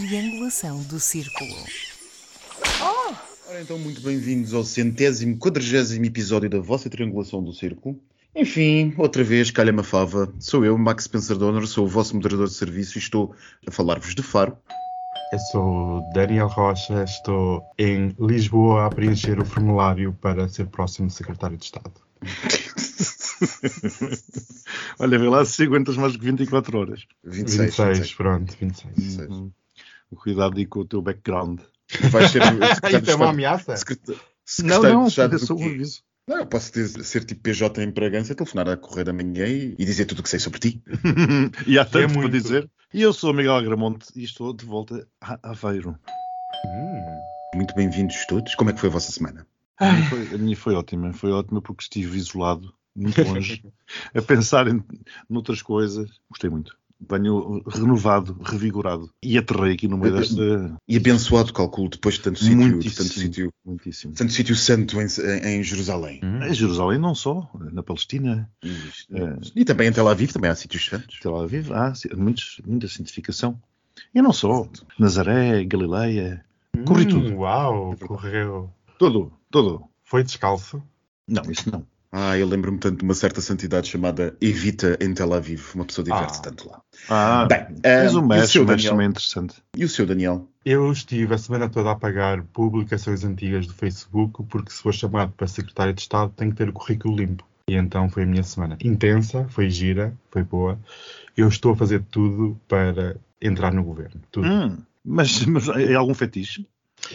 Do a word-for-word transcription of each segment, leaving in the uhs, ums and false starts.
Triangulação do Círculo. Oh! Ora então, muito bem-vindos ao centésimo, quadragésimo episódio da vossa Triangulação do Círculo. Enfim, outra vez, calha-me a fava. Sou eu, Max Spencer Donner, sou o vosso moderador de serviço e estou a falar-vos de Faro. Eu sou Daniel Rocha, estou em Lisboa a preencher o formulário para ser próximo secretário de Estado. Olha, vê lá se aguentas mais que vinte e quatro horas. vinte e seis, vinte e seis, vinte e seis. Pronto, vinte e seis. vinte e seis. Uhum. Cuidado aí com o teu background. Vais ser o secretário Isso de é uma Estado. ameaça? Secreta- Não, secretário não, de Estado é do só um quê? aviso. Não, eu posso ter- ser tipo P J em Bragança, telefonar a correr da manhã e, e dizer tudo o que sei sobre ti. E há tanto É para muito. dizer. E eu sou o Miguel Agramonte e estou de volta a Aveiro. Hum. Muito bem-vindos todos. Como é que foi a vossa semana? A minha, foi, a minha foi ótima. Foi ótima porque estive isolado, muito longe, a pensar em noutras coisas. Gostei muito. Venho renovado, revigorado. E aterrei aqui no meio desta... E abençoado, calculo, depois de tanto sítio, de tanto Muitíssimo. sítio, Muitíssimo. tanto sítio santo em, em- em Jerusalém. Em Jerusalém não só, na Palestina, E, É. e também em Tel Aviv, também há sítios santos. Tel Aviv, há ci- muitos, muita cientificação. E não só, Nazaré, Galileia, corri Hum, tudo. Uau, correu. Tudo, tudo. Foi descalço? Não, isso não. Ah, eu lembro-me tanto de uma certa santidade chamada Evita em Tel Aviv. Uma pessoa diverte-se Ah. tanto lá. Ah, Bem, mas ah, o e o mestre, seu o mestre Daniel? também é interessante. E o seu Daniel? Eu estive a semana toda a apagar publicações antigas do Facebook, porque se for chamado para secretário de Estado tem que ter o currículo limpo. E então foi a minha semana intensa, foi gira, foi boa. Eu estou a fazer tudo para entrar no governo. Tudo. Hum, mas, mas é algum fetiche?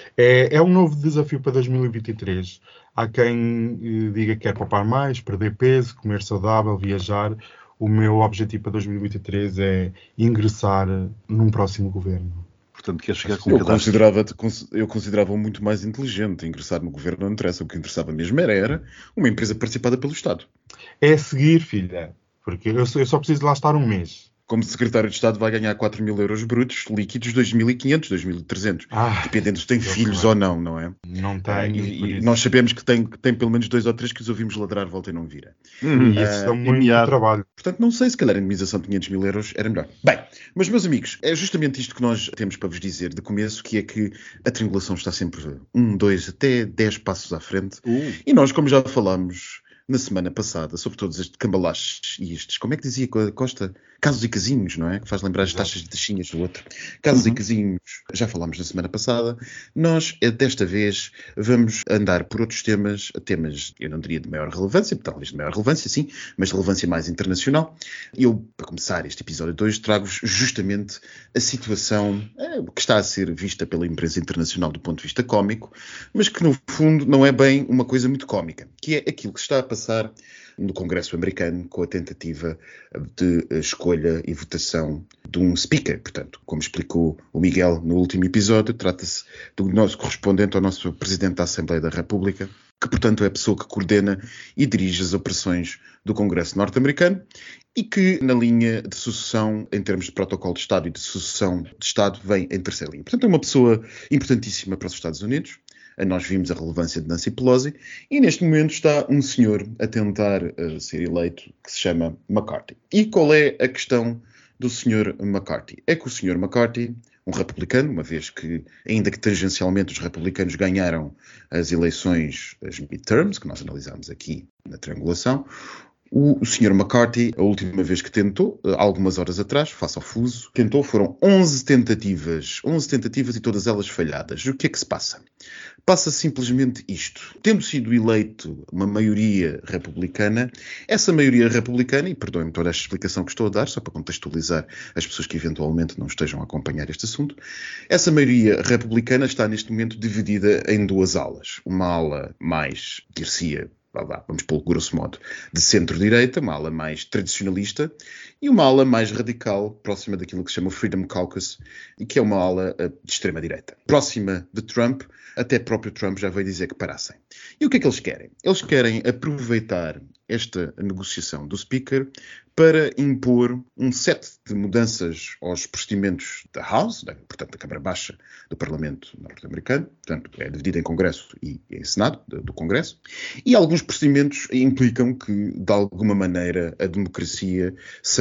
É, é um novo desafio para dois mil e vinte e três. Há quem eh, diga que quer poupar mais, perder peso, comer saudável, viajar. O meu objetivo para dois mil e vinte e três é ingressar num próximo governo. Portanto, quer chegar com um Eu cadastro. considerava-te cons- eu considerava-o muito mais inteligente. Ingressar no governo não interessa. O que interessava mesmo era, era uma empresa participada pelo Estado. É seguir, filha. Porque eu só, eu só preciso de lá estar um mês. Como secretário de Estado vai ganhar quatro mil euros brutos, líquidos dois mil e quinhentos, dois mil e trezentos. Ah, Dependendo se tem eu filhos sei. ou não, não é? não Ah, tenho. e, por e isso. nós sabemos que tem, que tem pelo menos dois ou três que os ouvimos ladrar, volta e não vira. Hum, E isso dá e muito mear. trabalho. Portanto, não sei, se calhar a indemnização de quinhentos mil euros era melhor. Bem, mas meus amigos, é justamente isto que nós temos para vos dizer de começo, que é que a triangulação está sempre um, dois, até dez passos à frente. Uh, E nós, como já falámos na semana passada, sobre todos estes cambalaches e estes, como é que dizia Costa? Casos e casinhos, não é? Que faz lembrar as Exato. taxas de taxinhas do outro. Casos Uhum. e casinhos, já falámos na semana passada. Nós, eh, desta vez, vamos andar por outros temas, temas, eu não diria de maior relevância, talvez de maior relevância, sim, mas de relevância mais internacional. E eu, para começar este episódio dois, trago-vos justamente a situação eh, que está a ser vista pela imprensa internacional do ponto de vista cómico, mas que, no fundo, não é bem uma coisa muito cómica, que é aquilo que está a passar no Congresso americano com a tentativa de escolha e votação de um speaker. Portanto, como explicou o Miguel no último episódio, trata-se do nosso correspondente ao nosso Presidente da Assembleia da República, que, portanto, é a pessoa que coordena e dirige as operações do Congresso norte-americano e que, na linha de sucessão, em termos de protocolo de Estado e de sucessão de Estado, vem em terceira linha. Portanto, é uma pessoa importantíssima para os Estados Unidos. Nós vimos a relevância de Nancy Pelosi e neste momento está um senhor a tentar uh, ser eleito que se chama McCarthy. E qual é a questão do senhor McCarthy? É que o senhor McCarthy, um republicano, uma vez que, ainda que tangencialmente os republicanos ganharam as eleições, as midterms, que nós analisámos aqui na triangulação, o, o senhor McCarthy, a última vez que tentou, algumas horas atrás, face ao fuso, tentou, foram onze tentativas, onze tentativas e todas elas falhadas. O que é que se passa? Passa simplesmente isto. Tendo sido eleito uma maioria republicana, essa maioria republicana, e perdoem-me toda esta explicação que estou a dar, só para contextualizar as pessoas que eventualmente não estejam a acompanhar este assunto, essa maioria republicana está neste momento dividida em duas alas. Uma ala mais, dir-se-ia, vamos pô-lo grosso modo, de centro-direita, uma ala mais tradicionalista, e uma ala mais radical, próxima daquilo que se chama o Freedom Caucus, e que é uma ala uh, de extrema-direita. Próxima de Trump, até próprio Trump já veio dizer que parassem. E o que é que eles querem? Eles querem aproveitar esta negociação do Speaker para impor um set de mudanças aos procedimentos da House, da, portanto da Câmara Baixa do Parlamento norte-americano, portanto é dividida em Congresso e em Senado, do, do Congresso, e alguns procedimentos implicam que, de alguma maneira, a democracia seja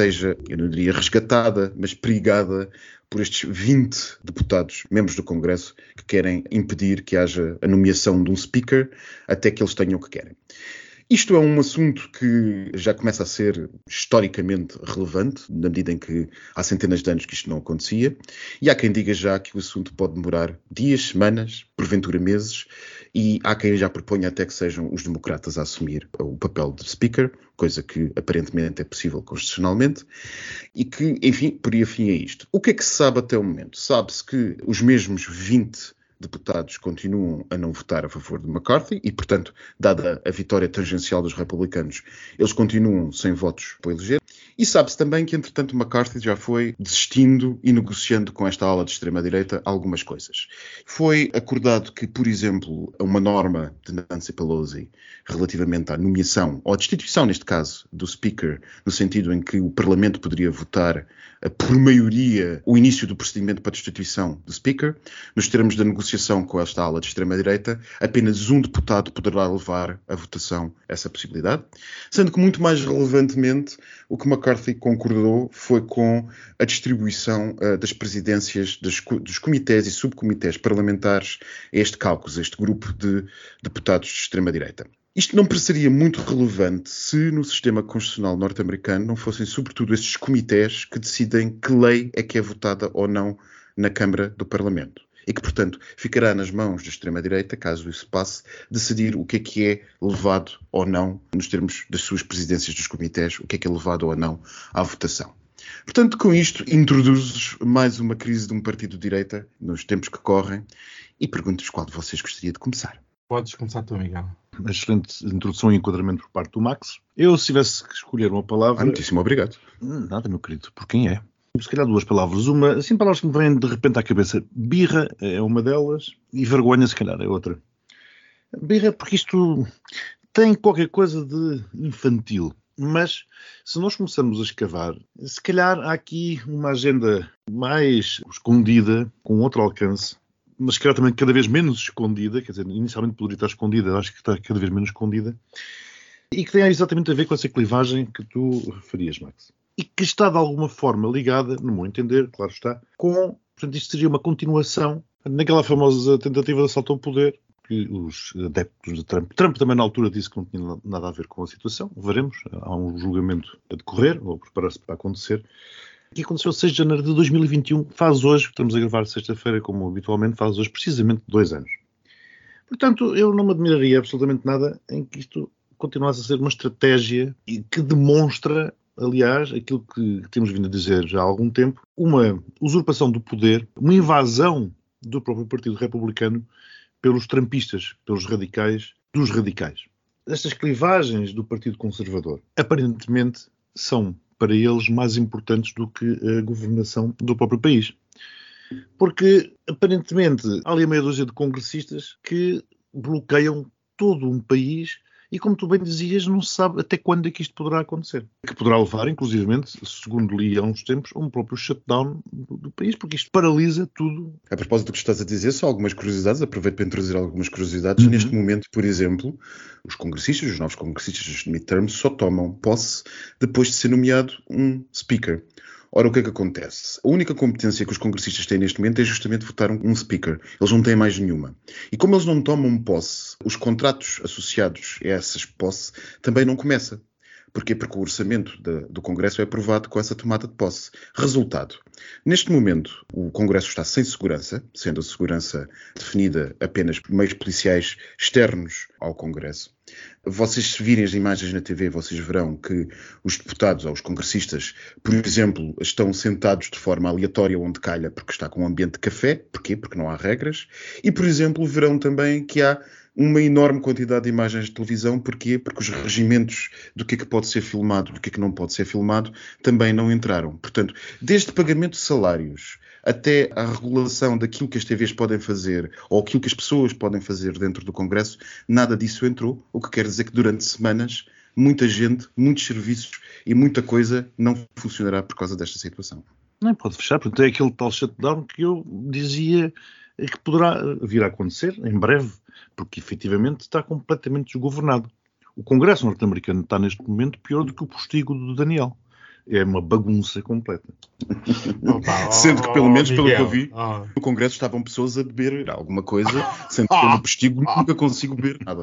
seja, eu não diria resgatada, mas perigada por estes vinte deputados, membros do Congresso, que querem impedir que haja a nomeação de um speaker até que eles tenham o que querem. Isto é um assunto que já começa a ser historicamente relevante, na medida em que há centenas de anos que isto não acontecia, e há quem diga já que o assunto pode demorar dias, semanas, porventura meses, e há quem já proponha até que sejam os democratas a assumir o papel de speaker, coisa que aparentemente é possível constitucionalmente, e que, enfim, poria fim a isto. O que é que se sabe até o momento? Sabe-se que os mesmos vinte deputados continuam a não votar a favor de McCarthy e, portanto, dada a vitória tangencial dos republicanos, eles continuam sem votos para eleger. E sabe-se também que, entretanto, McCarthy já foi desistindo e negociando com esta ala de extrema-direita algumas coisas. Foi acordado que, por exemplo, uma norma de Nancy Pelosi relativamente à nomeação, ou à destituição, neste caso, do Speaker, no sentido em que o Parlamento poderia votar por maioria o início do procedimento para a destituição do Speaker. Nos termos da negociação com esta ala de extrema-direita, apenas um deputado poderá levar à votação essa possibilidade. Sendo que, muito mais relevantemente, o que McCarthy concordou foi com a distribuição uh, das presidências dos, dos comitês e subcomitês parlamentares a este caucus, a este grupo de deputados de extrema-direita. Isto não pareceria muito relevante se no sistema constitucional norte-americano não fossem sobretudo estes comitês que decidem que lei é que é votada ou não na Câmara do Parlamento. E que, portanto, ficará nas mãos da extrema-direita, caso isso passe, decidir o que é que é levado ou não, nos termos das suas presidências dos comitês, o que é que é levado ou não à votação. Portanto, com isto, introduzes mais uma crise de um partido de direita nos tempos que correm e pergunto-vos qual de vocês gostaria de começar. Podes começar tu, Miguel. Uma excelente introdução e enquadramento por parte do Max. Eu, se tivesse que escolher uma palavra... Ah, muitíssimo obrigado. Nada, meu querido. Por quem é? Se calhar duas palavras. Uma, assim, palavras que me vêm de repente à cabeça. Birra é uma delas e vergonha, se calhar, é outra. Birra, porque isto tem qualquer coisa de infantil. Mas, se nós começarmos a escavar, se calhar há aqui uma agenda mais escondida, com outro alcance, mas se calhar também cada vez menos escondida, quer dizer, inicialmente poderia estar escondida, acho que está cada vez menos escondida, e que tem exatamente a ver com essa clivagem que tu referias, Max. E que está de alguma forma ligada, no meu entender, claro está, com, portanto, isto seria uma continuação naquela famosa tentativa de assalto ao poder, que os adeptos de Trump, Trump também na altura disse que não tinha nada a ver com a situação, veremos, há um julgamento a decorrer, ou a preparar-se para acontecer, que aconteceu seis de janeiro de dois mil e vinte e um, faz hoje, estamos a gravar sexta-feira como habitualmente, faz hoje precisamente dois anos. Portanto, eu não me admiraria absolutamente nada em que isto continuasse a ser uma estratégia que demonstra, aliás, aquilo que temos vindo a dizer já há algum tempo, uma usurpação do poder, uma invasão do próprio Partido Republicano pelos trumpistas, pelos radicais, dos radicais. Estas clivagens do Partido Conservador, aparentemente, são para eles mais importantes do que a governação do próprio país. Porque, aparentemente, há ali meia dúzia de congressistas que bloqueiam todo um país e, como tu bem dizias, não se sabe até quando é que isto poderá acontecer. Que poderá levar, inclusivamente, segundo li há uns tempos, a um próprio shutdown do, do país, porque isto paralisa tudo. A propósito do que estás a dizer, só algumas curiosidades, aproveito para introduzir algumas curiosidades. Uhum. Neste momento, por exemplo, os congressistas, os novos congressistas dos midterms, só tomam posse depois de ser nomeado um speaker. Ora, o que é que acontece? A única competência que os congressistas têm neste momento é justamente votar um speaker. Eles não têm mais nenhuma. E como eles não tomam posse, os contratos associados a essas posse também não começam. Porquê? Porque o orçamento de, do Congresso é aprovado com essa tomada de posse. Resultado. Neste momento, o Congresso está sem segurança, sendo a segurança definida apenas por meios policiais externos ao Congresso. Vocês, se virem as imagens na T V, vocês verão que os deputados ou os congressistas, por exemplo, estão sentados de forma aleatória onde calha, porque está com um ambiente de café. Porquê? Porque não há regras. E, por exemplo, verão também que há uma enorme quantidade de imagens de televisão. Porquê? Porque os regimentos do que é que pode ser filmado, do que é que não pode ser filmado, também não entraram. Portanto, desde pagamento de salários até à regulação daquilo que as T Vs podem fazer ou aquilo que as pessoas podem fazer dentro do Congresso, nada disso entrou, o que quer dizer que durante semanas muita gente, muitos serviços e muita coisa não funcionará por causa desta situação. Não pode fechar, portanto é aquele tal shutdown que eu dizia que poderá vir a acontecer em breve, porque efetivamente está completamente desgovernado. O Congresso norte-americano está neste momento pior do que o postigo do Daniel. é uma bagunça completa. Opa, Sendo que, pelo oh, menos, pelo que Miguel, eu vi, oh. no Congresso estavam pessoas a beber alguma coisa, sendo que eu no postigo nunca consigo beber nada.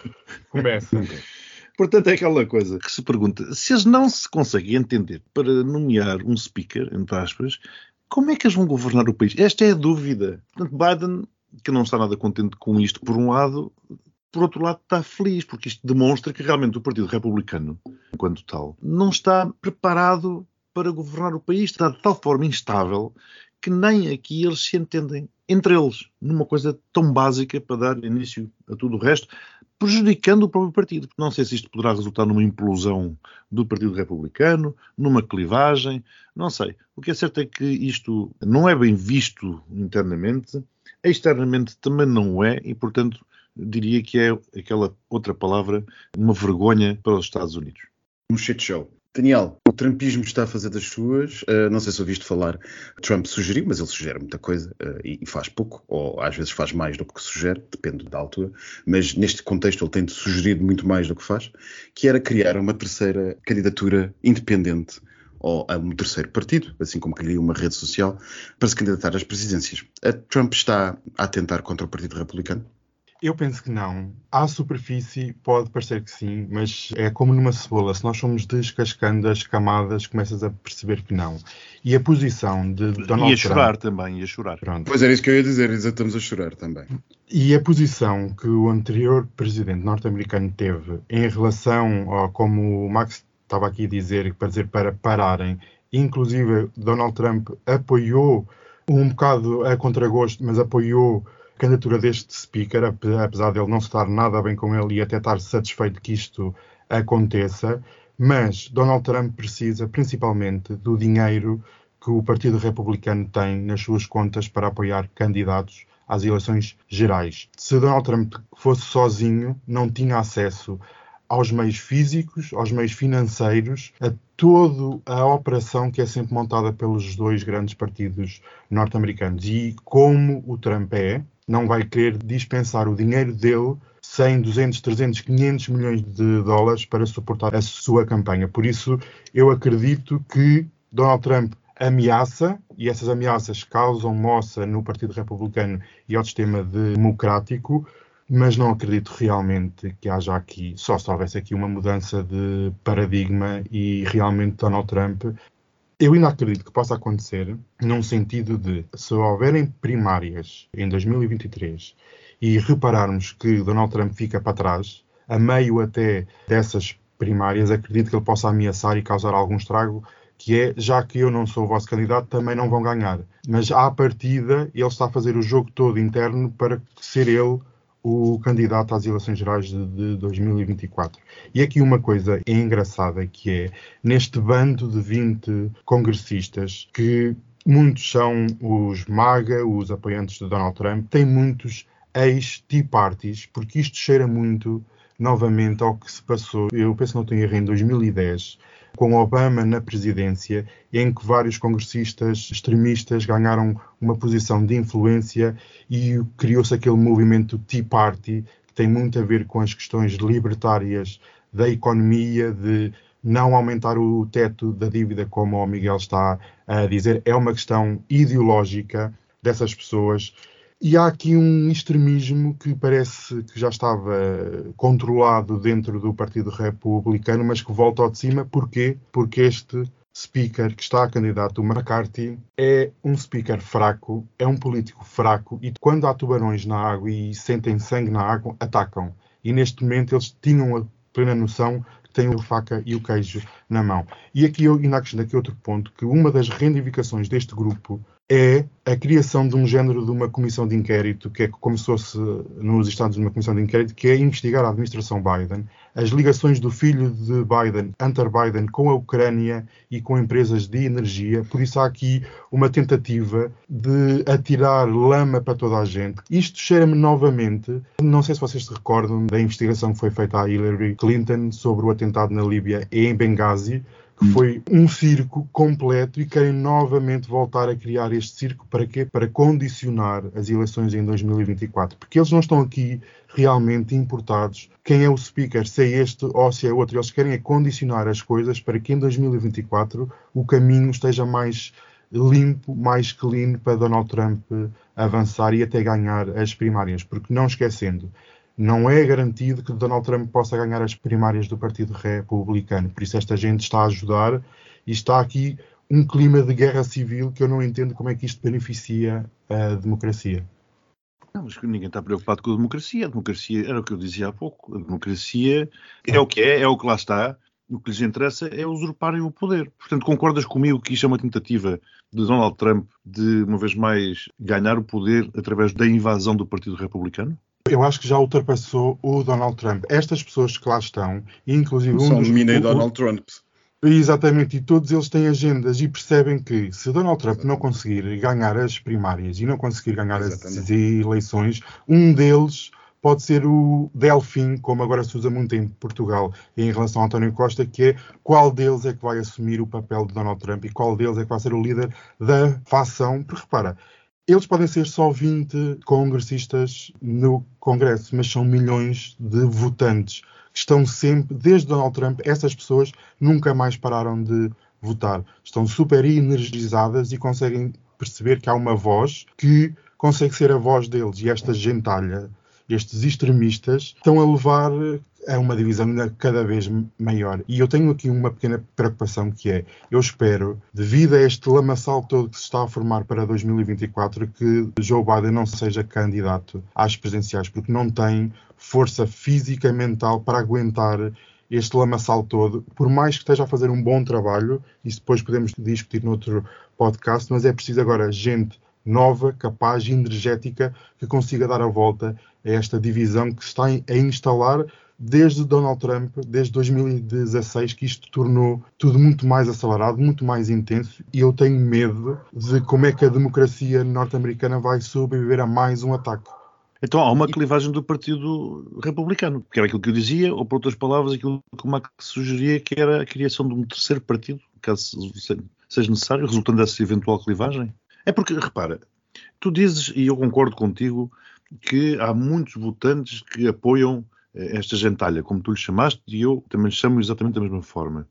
Começa. Nunca. Portanto, é aquela coisa que se pergunta, se eles não se conseguem entender para nomear um speaker, entre aspas, como é que eles vão governar o país? Esta é a dúvida. Portanto, Biden, que não está nada contente com isto, por um lado, por outro lado está feliz, porque isto demonstra que realmente o Partido Republicano, enquanto tal, não está preparado para governar o país. Está de tal forma instável que nem aqui eles se entendem entre eles, numa coisa tão básica para dar início a tudo o resto, prejudicando o próprio partido. Não sei se isto poderá resultar numa implosão do Partido Republicano, numa clivagem, não sei. O que é certo é que isto não é bem visto internamente, externamente também não é, e portanto diria que é aquela outra palavra, uma vergonha para os Estados Unidos. Um shit show. Daniel, o trumpismo está a fazer das suas. Uh, não sei se ouviste falar. Trump sugeriu, mas ele sugere muita coisa uh, e, e faz pouco, ou às vezes faz mais do que sugere, depende da altura. Mas neste contexto ele tem sugerido muito mais do que faz, que era criar uma terceira candidatura independente ou a um terceiro partido, assim como criaria uma rede social, para se candidatar às presidências. A Trump está a atentar contra o Partido Republicano? Eu penso que não. À superfície pode parecer que sim, mas é como numa cebola. Se nós formos descascando as camadas, começas a perceber que não. E a posição de Donald Trump... E a chorar também, e a chorar. Pronto. Pois era isso que eu ia dizer, estamos a chorar também. E a posição que o anterior presidente norte-americano teve em relação a, como o Max estava aqui a dizer, para dizer para pararem, inclusive Donald Trump apoiou um bocado a contragosto, mas apoiou a candidatura deste speaker, apesar dele não estar nada bem com ele e até estar satisfeito que isto aconteça. Mas Donald Trump precisa principalmente do dinheiro que o Partido Republicano tem nas suas contas para apoiar candidatos às eleições gerais. Se Donald Trump fosse sozinho, não tinha acesso aos meios físicos, aos meios financeiros, a toda a operação que é sempre montada pelos dois grandes partidos norte-americanos. E como o Trump é, não vai querer dispensar o dinheiro dele, cem, duzentos, trezentos, quinhentos milhões de dólares para suportar a sua campanha. Por isso, eu acredito que Donald Trump ameaça, e essas ameaças causam moça no Partido Republicano e ao sistema democrático, mas não acredito realmente que haja aqui, só se houvesse aqui uma mudança de paradigma e realmente Donald Trump... Eu ainda acredito que possa acontecer num sentido de, se houverem primárias em dois mil e vinte e três e repararmos que Donald Trump fica para trás, a meio até dessas primárias, acredito que ele possa ameaçar e causar algum estrago, que é, já que eu não sou o vosso candidato, também não vão ganhar. Mas à partida, ele está a fazer o jogo todo interno para ser ele o candidato às eleições gerais de, de dois mil e vinte e quatro. E aqui uma coisa engraçada que é, neste bando de vinte congressistas, que muitos são os MAGA, os apoiantes de Donald Trump, tem muitos ex-Tea Parties, porque isto cheira muito, novamente, ao que se passou, eu penso que não tenho erro, em dois mil e dez, com Obama na presidência, em que vários congressistas extremistas ganharam uma posição de influência e criou-se aquele movimento Tea Party, que tem muito a ver com as questões libertárias da economia, de não aumentar o teto da dívida, como o Miguel está a dizer. É uma questão ideológica dessas pessoas. E há aqui um extremismo que parece que já estava controlado dentro do Partido Republicano, mas que volta ao de cima. Porquê? Porque este speaker que está a candidato, o McCarthy, é um speaker fraco, é um político fraco, e quando há tubarões na água e sentem sangue na água, atacam. E neste momento eles tinham a plena noção que têm a faca e o queijo na mão. E aqui eu ainda acrescento aqui outro ponto, que uma das reivindicações deste grupo é a criação de um género de uma comissão de inquérito, que é como se fosse nos Estados Unidos uma comissão de inquérito, que é investigar a administração Biden, as ligações do filho de Biden, Hunter Biden, com a Ucrânia e com empresas de energia. Por isso há aqui uma tentativa de atirar lama para toda a gente. Isto cheira-me novamente, não sei se vocês se recordam da investigação que foi feita à Hillary Clinton sobre o atentado na Líbia e em Benghazi, que foi um circo completo e querem novamente voltar a criar este circo. Para quê? Para condicionar as eleições em dois mil e vinte e quatro. Porque eles não estão aqui realmente importados. Quem é o speaker, se é este ou se é outro. Eles querem é condicionar as coisas para que em dois mil e vinte e quatro o caminho esteja mais limpo, mais clean para Donald Trump avançar e até ganhar as primárias. Porque não esquecendo, não é garantido que Donald Trump possa ganhar as primárias do Partido Republicano. Por isso esta gente está a ajudar e está aqui um clima de guerra civil que eu não entendo como é que isto beneficia a democracia. Não, mas ninguém está preocupado com a democracia. A democracia era o que eu dizia há pouco. A democracia é o que é, é o que lá está. O que lhes interessa é usurparem o poder. Portanto, concordas comigo que isto é uma tentativa de Donald Trump de, uma vez mais, ganhar o poder através da invasão do Partido Republicano? Eu acho que já ultrapassou o Donald Trump. Estas pessoas que lá estão, inclusive Só um dos... nominei o- o- Donald Trump. Exatamente, e todos eles têm agendas e percebem que se Donald Trump não conseguir ganhar as primárias e não conseguir ganhar as Exatamente. eleições, um deles pode ser o Delfim, como agora se usa muito em Portugal em relação a António Costa, que é qual deles é que vai assumir o papel de Donald Trump e qual deles é que vai ser o líder da facção. Porque repara, eles podem ser só vinte congressistas no Congresso, mas são milhões de votantes que estão sempre, desde Donald Trump, essas pessoas nunca mais pararam de votar. Estão super energizadas e conseguem perceber que há uma voz que consegue ser a voz deles. E esta gentalha, estes extremistas, estão a levar a uma divisão cada vez maior. E eu tenho aqui uma pequena preocupação que é, eu espero, devido a este lamaçal todo que se está a formar para dois mil e vinte e quatro, que Joe Biden não seja candidato às presidenciais, porque não tem força física e mental para aguentar este lamaçal todo, por mais que esteja a fazer um bom trabalho, isso depois podemos discutir noutro podcast, mas é preciso agora gente nova, capaz, energética, que consiga dar a volta a esta divisão que se está a instalar desde Donald Trump, desde dois mil e dezasseis, que isto tornou tudo muito mais acelerado, muito mais intenso, e eu tenho medo de como é que a democracia norte-americana vai sobreviver a mais um ataque. Então há uma clivagem do Partido Republicano, que era aquilo que eu dizia, ou por outras palavras, aquilo que o Max sugeria, que era a criação de um terceiro partido, caso seja necessário, resultando dessa eventual clivagem. É porque, repara, tu dizes, e eu concordo contigo, que há muitos votantes que apoiam esta gentalha, como tu lhe chamaste, e eu também lhe chamo exatamente da mesma forma.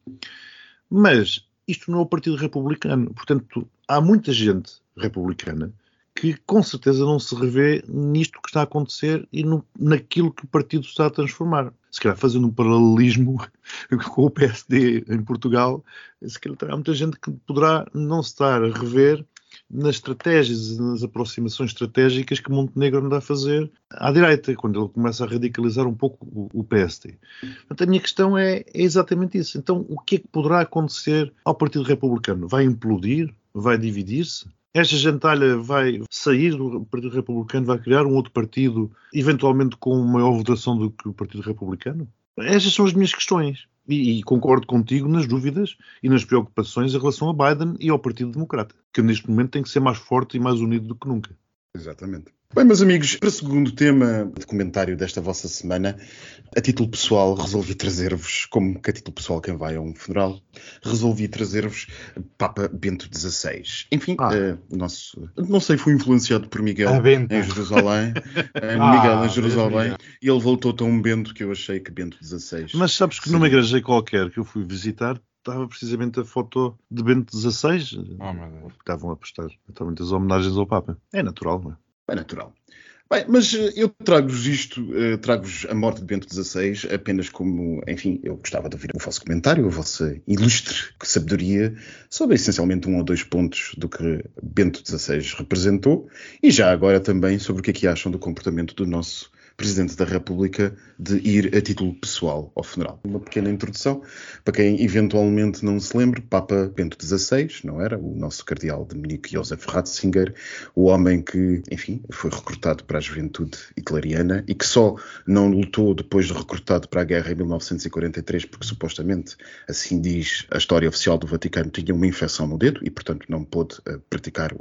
Mas isto não é o Partido Republicano. Portanto, há muita gente republicana que com certeza não se revê nisto que está a acontecer e no, naquilo que o partido está a transformar. Se calhar fazendo um paralelismo com o P S D em Portugal, se calhar há muita gente que poderá não se estar a rever nas estratégias e nas aproximações estratégicas que Montenegro anda a fazer à direita, quando ele começa a radicalizar um pouco o, o P S D. Portanto, a minha questão é, é exatamente isso. Então, o que é que poderá acontecer ao Partido Republicano? Vai implodir? Vai dividir-se? Esta gentalha vai sair do Partido Republicano, vai criar um outro partido, eventualmente com maior votação do que o Partido Republicano? Estas são as minhas questões. E, e concordo contigo nas dúvidas e nas preocupações em relação a Biden e ao Partido Democrata, que neste momento tem que ser mais forte e mais unido do que nunca. Exatamente. Bem, meus amigos, para o segundo tema de comentário desta vossa semana, a título pessoal resolvi trazer-vos, como que a título pessoal quem vai a um funeral, resolvi trazer-vos Papa Bento dezasseis. Enfim, Ah. uh, o nosso, não sei, fui influenciado por Miguel A Benta. em Jerusalém, uh, Ah, Miguel em Jerusalém, Miguel. e ele voltou tão Bento que eu achei que Bento dezasseis. Mas sabes que Sim. numa igreja qualquer que eu fui visitar, estava precisamente a foto de Bento dezasseis. Oh, meu Deus. Estavam a prestar totalmente as homenagens ao Papa. É natural, não é? É natural. Bem, mas uh, eu trago-vos isto, uh, trago-vos a morte de Bento dezasseis apenas como, enfim, eu gostava de ouvir o vosso comentário, a vossa ilustre sabedoria sobre essencialmente um ou dois pontos do que Bento dezasseis representou e já agora também sobre o que é que acham do comportamento do nosso Presidente da República de ir a título pessoal ao funeral. Uma pequena introdução, para quem eventualmente não se lembre, Papa Bento dezasseis, não era? O nosso cardeal Dominique Joseph Ratzinger, o homem que, enfim, foi recrutado para a juventude hitleriana e que só não lutou depois de recrutado para a guerra em mil novecentos e quarenta e três, porque supostamente, assim diz a história oficial do Vaticano, tinha uma infecção no dedo e, portanto, não pôde uh, praticar o tiro.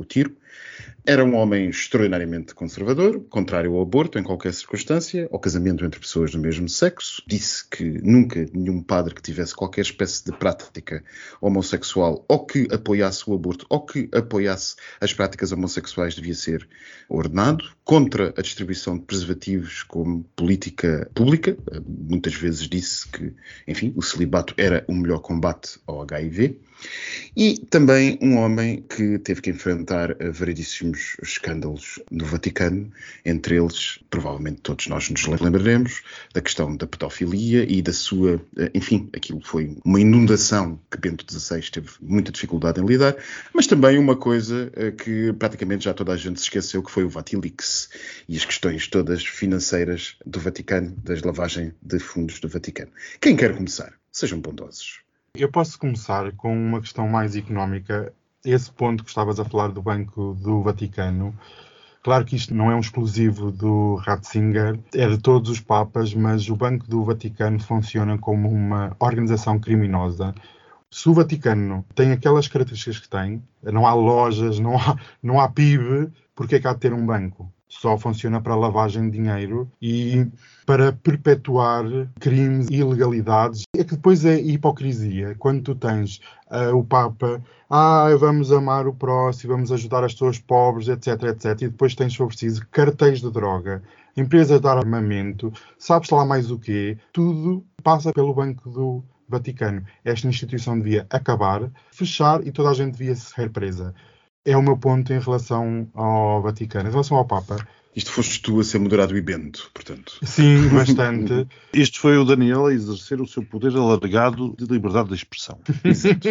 Era um homem extraordinariamente conservador, contrário ao aborto em qualquer circunstância, ao casamento entre pessoas do mesmo sexo. Disse que nunca nenhum padre que tivesse qualquer espécie de prática homossexual ou que apoiasse o aborto ou que apoiasse as práticas homossexuais devia ser ordenado. Contra a distribuição de preservativos como política pública. Muitas vezes disse que, enfim, o celibato era o melhor combate ao H I V. E também um homem que teve que enfrentar variedíssimos escândalos no Vaticano, entre eles, provavelmente todos nós nos lembraremos, da questão da pedofilia e da sua, enfim, aquilo foi uma inundação que Bento dezasseis teve muita dificuldade em lidar, mas também uma coisa que praticamente já toda a gente se esqueceu, que foi o Vatilix e as questões todas financeiras do Vaticano, das lavagens de fundos do Vaticano. Quem quer começar? Sejam bondosos. Eu posso começar com uma questão mais económica. Esse ponto que estavas a falar do Banco do Vaticano, claro que isto não é um exclusivo do Ratzinger, é de todos os papas, mas o Banco do Vaticano funciona como uma organização criminosa. Se o Vaticano tem aquelas características que tem, não há lojas, não há, não há P I B, porque é que há de ter um banco? Só funciona para lavagem de dinheiro e para perpetuar crimes e ilegalidades. É que depois é hipocrisia. Quando tu tens uh, o Papa, ah, vamos amar o próximo, vamos ajudar as pessoas pobres, etc, etcétera. E depois tens, se for preciso, cartéis de droga, empresas de armamento, sabes lá mais o quê. Tudo passa pelo Banco do Vaticano. Esta instituição devia acabar, fechar e toda a gente devia ser presa. É o meu ponto em relação ao Vaticano. Em relação ao Papa... Isto foste tu a ser moderado e bento, portanto. Sim, bastante. Isto foi o Daniel a exercer o seu poder alargado de liberdade de expressão. Exato.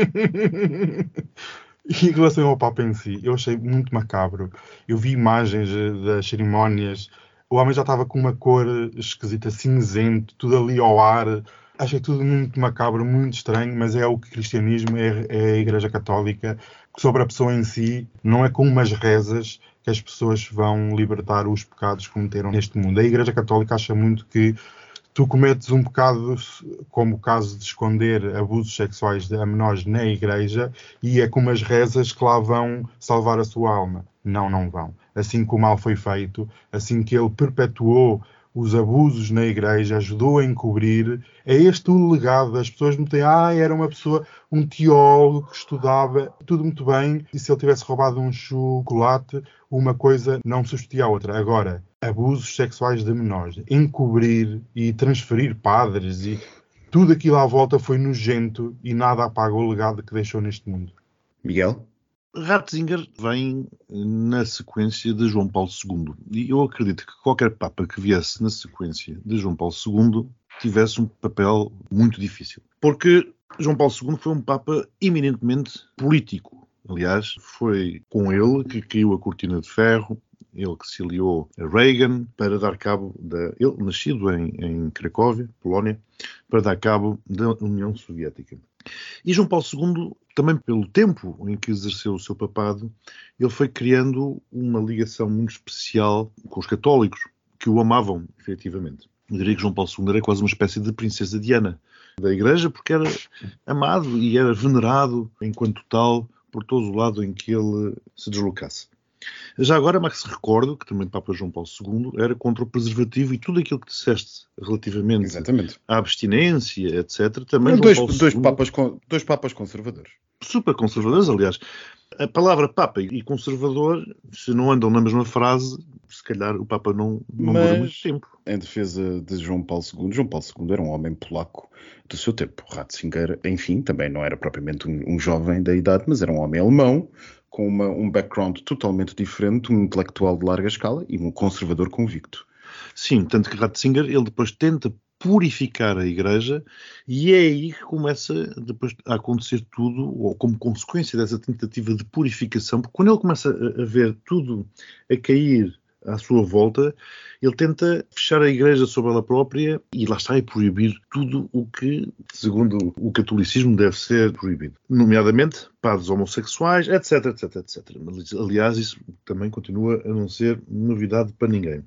E em relação ao Papa em si, eu achei muito macabro. Eu vi imagens das cerimónias. O homem já estava com uma cor esquisita, cinzento, tudo ali ao ar. Achei tudo muito macabro, muito estranho, mas é o que o cristianismo é, é a Igreja Católica. Sobre a pessoa em si, não é com umas rezas que as pessoas vão libertar os pecados que cometeram neste mundo. A Igreja Católica acha muito que tu cometes um pecado, como o caso de esconder abusos sexuais a menores na Igreja, e é com umas rezas que lá vão salvar a sua alma. Não, não vão. Assim que o mal foi feito, assim que ele perpetuou os abusos na Igreja, ajudou a encobrir, é este o legado. As pessoas me dizem, ah, era uma pessoa, um teólogo que estudava, tudo muito bem, e se ele tivesse roubado um chocolate, uma coisa não substituía a outra. Agora, abusos sexuais de menores, encobrir e transferir padres, e tudo aquilo à volta foi nojento e nada apaga o legado que deixou neste mundo. Miguel? Ratzinger vem na sequência de João Paulo segundo. E eu acredito que qualquer Papa que viesse na sequência de João Paulo segundo tivesse um papel muito difícil. Porque João Paulo segundo foi um Papa eminentemente político. Aliás, foi com ele que caiu a Cortina de Ferro, ele que se aliou a Reagan para dar cabo da... Ele, nascido em, em Cracóvia, Polónia, para dar cabo da União Soviética. E João Paulo segundo, também pelo tempo em que exerceu o seu papado, ele foi criando uma ligação muito especial com os católicos, que o amavam, efetivamente. Eu diria que João Paulo segundo era quase uma espécie de princesa Diana da Igreja, porque era amado e era venerado enquanto tal por todo o lado em que ele se deslocasse. Já agora, Max, recordo que também o Papa João Paulo segundo era contra o preservativo e tudo aquilo que disseste relativamente Exatamente. à abstinência, etcétera. Também dois, João Paulo dois, segundo, papas, dois papas conservadores. super conservadores, aliás. A palavra Papa e conservador, se não andam na mesma frase, se calhar o Papa não, não Mas, dura muito tempo. Em defesa de João Paulo segundo, João Paulo segundo era um homem polaco do seu tempo. Ratzinger, enfim, também não era propriamente um, um jovem da idade, mas era um homem alemão, com uma, um background totalmente diferente, um intelectual de larga escala e um conservador convicto. Sim, tanto que Ratzinger, ele depois tenta purificar a Igreja e é aí que começa depois a acontecer tudo, ou como consequência dessa tentativa de purificação, porque quando ele começa a, a ver tudo a cair à sua volta, ele tenta fechar a Igreja sobre ela própria e lá está, e proibir tudo o que, segundo o catolicismo, deve ser proibido. Nomeadamente padres homossexuais, etc, etc, etcétera. Mas, aliás, isso também continua a não ser novidade para ninguém.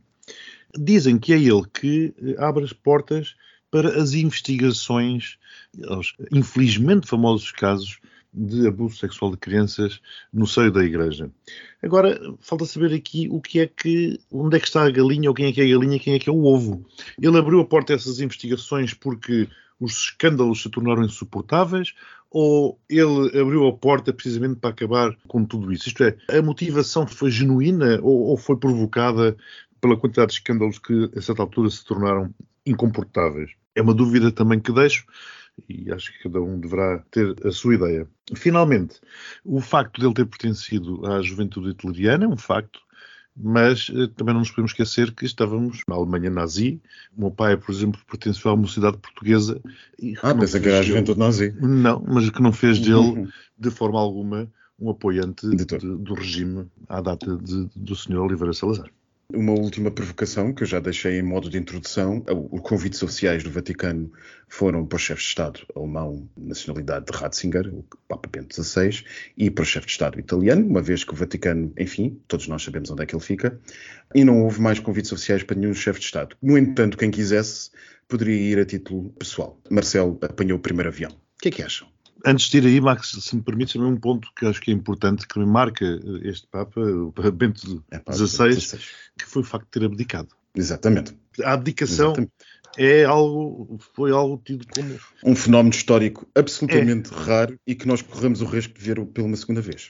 Dizem que é ele que abre as portas para as investigações, aos infelizmente famosos casos de abuso sexual de crianças no seio da Igreja. Agora, falta saber aqui o que é que, onde é que está a galinha, ou quem é que é a galinha, quem é que é o ovo. Ele abriu a porta a essas investigações porque os escândalos se tornaram insuportáveis, ou ele abriu a porta precisamente para acabar com tudo isso? Isto é, a motivação foi genuína ou, ou foi provocada pela quantidade de escândalos que, a certa altura, se tornaram incomportáveis? É uma dúvida também que deixo, e acho que cada um deverá ter a sua ideia. Finalmente, o facto de ele ter pertencido à juventude hitleriana é um facto, mas eh, também não nos podemos esquecer que estávamos na Alemanha nazi. O meu pai, por exemplo, pertenceu à mocidade portuguesa. E ah, pensa que era a juventude nazi. Não, mas que não fez dele, uhum. de forma alguma, um apoiante de de, do regime à data de, do senhor Oliveira Salazar. Uma última provocação, que eu já deixei em modo de introdução. Os convites oficiais do Vaticano foram para o chefe de Estado alemão, nacionalidade de Ratzinger, o Papa Bento dezasseis, e para o chefe de Estado italiano, uma vez que o Vaticano, enfim, todos nós sabemos onde é que ele fica, e não houve mais convites oficiais para nenhum chefe de Estado. No entanto, quem quisesse poderia ir a título pessoal. Marcelo apanhou o primeiro avião. O que é que acham? Antes de ir aí, Max, se me permites, também um ponto que acho que é importante, que me marca este Papa, o Papa Bento dezasseis, que foi o facto de ter abdicado. Exatamente. A abdicação Exatamente. é algo, foi algo tido como... um fenómeno histórico absolutamente é. raro e que nós corremos o risco de ver pela uma segunda vez.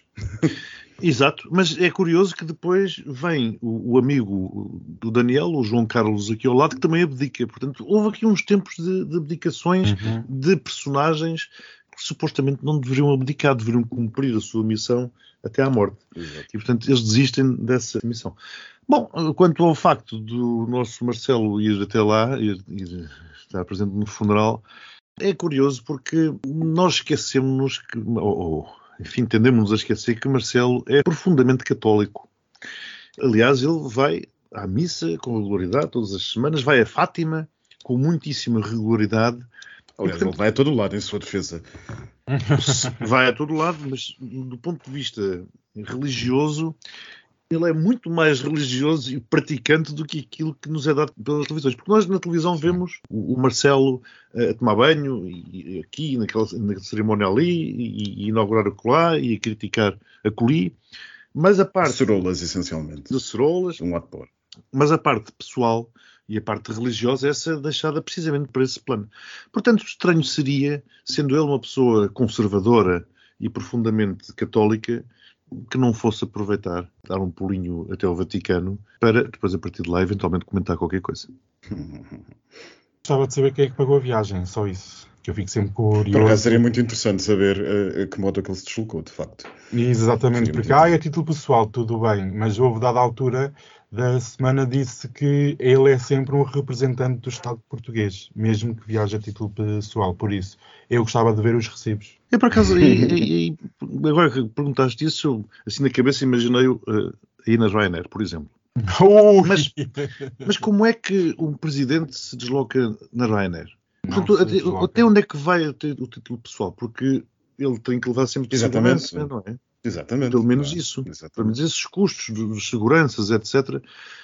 Exato, mas é curioso que depois vem o, o amigo do Daniel, o João Carlos, aqui ao lado, que também abdica. Portanto, houve aqui uns tempos de, de abdicações uhum. de personagens que supostamente não deveriam abdicar, deveriam cumprir a sua missão até à morte. Exato. E, portanto, eles desistem dessa missão. Bom, quanto ao facto do nosso Marcelo ir até lá, ir, ir estar presente no funeral, é curioso porque nós esquecemos que, ou, ou enfim, tendemos a esquecer que Marcelo é profundamente católico. Aliás, ele vai à missa com regularidade todas as semanas, vai a Fátima com muitíssima regularidade. Aliás, ele vai a todo lado em sua defesa. Vai a todo lado, mas do ponto de vista religioso, ele é muito mais religioso e praticante do que aquilo que nos é dado pelas televisões. Porque nós na televisão vemos o Marcelo a tomar banho, e aqui, naquela, na cerimónia ali, e, e inaugurar a colá, e a criticar a coli. Mas a parte... cerolas, essencialmente. De cerolas. Um ator. Mas a parte pessoal e a parte religiosa, essa é deixada precisamente para esse plano. Portanto, estranho seria, sendo ele uma pessoa conservadora e profundamente católica, que não fosse aproveitar, dar um pulinho até ao Vaticano, para depois, a partir de lá, eventualmente comentar qualquer coisa. Gostava de saber quem é que pagou a viagem, só isso. Que eu fico sempre curioso. Por acaso seria muito interessante saber uh, que modo é que ele se deslocou, de facto. Exatamente, seria porque ah, é título pessoal, tudo bem, mas houve dada altura da semana disse que ele é sempre um representante do Estado português, mesmo que viaje a título pessoal. Por isso, eu gostava de ver os recibos. Eu, por acaso, e, e, agora que perguntaste isso, eu, assim na cabeça imaginei-o uh, aí na Ryanair, por exemplo. Mas, mas como é que um presidente se desloca na Ryanair? Portanto, até, até onde é que vai o título pessoal? Porque ele tem que levar sempre de Exatamente. segurança, não é? Exatamente. Pelo menos é, isso. Exatamente. Pelo menos esses custos de seguranças, etcétera.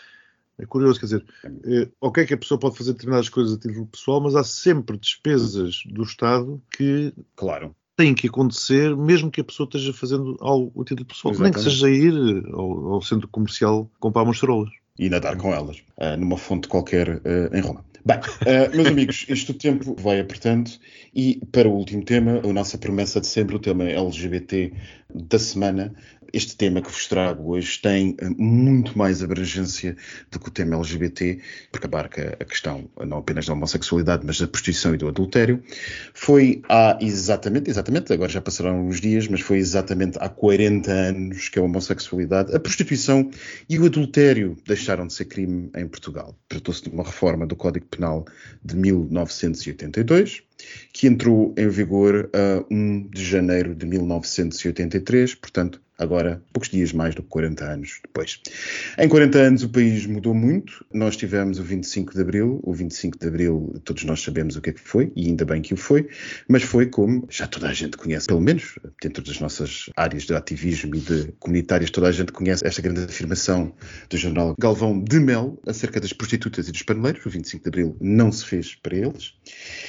É curioso, quer dizer, é, ok que a pessoa pode fazer determinadas coisas a título pessoal, mas há sempre despesas do Estado que claro. têm que acontecer, mesmo que a pessoa esteja fazendo algo a título pessoal. Exatamente. Nem que seja ir ao, ao centro comercial comprar umas cerolas. E nadar com elas, uh, numa fonte qualquer uh, em Roma. Bem, uh, meus amigos, este tempo vai apertando e para o último tema, a nossa promessa de sempre, o tema L G B T da semana. Este tema que vos trago hoje tem muito mais abrangência do que o tema L G B T, porque abarca a questão não apenas da homossexualidade, mas da prostituição e do adultério. Foi há exatamente, exatamente, agora já passaram uns dias, mas foi exatamente há quarenta anos que a homossexualidade, a prostituição e o adultério deixaram de ser crime em Portugal. Tratou-se de uma reforma do Código Penal de mil novecentos e oitenta e dois, que entrou em vigor a primeiro de janeiro de mil novecentos e oitenta e três, portanto, agora, poucos dias mais do que quarenta anos depois. Em quarenta anos o país mudou muito. Nós tivemos o vinte e cinco de Abril. O vinte e cinco de Abril, todos nós sabemos o que é que foi, e ainda bem que o foi, mas foi como já toda a gente conhece, pelo menos dentro das nossas áreas de ativismo e de comunitárias, toda a gente conhece esta grande afirmação do jornal Galvão de Mel acerca das prostitutas e dos paneleiros. O vinte e cinco de Abril não se fez para eles.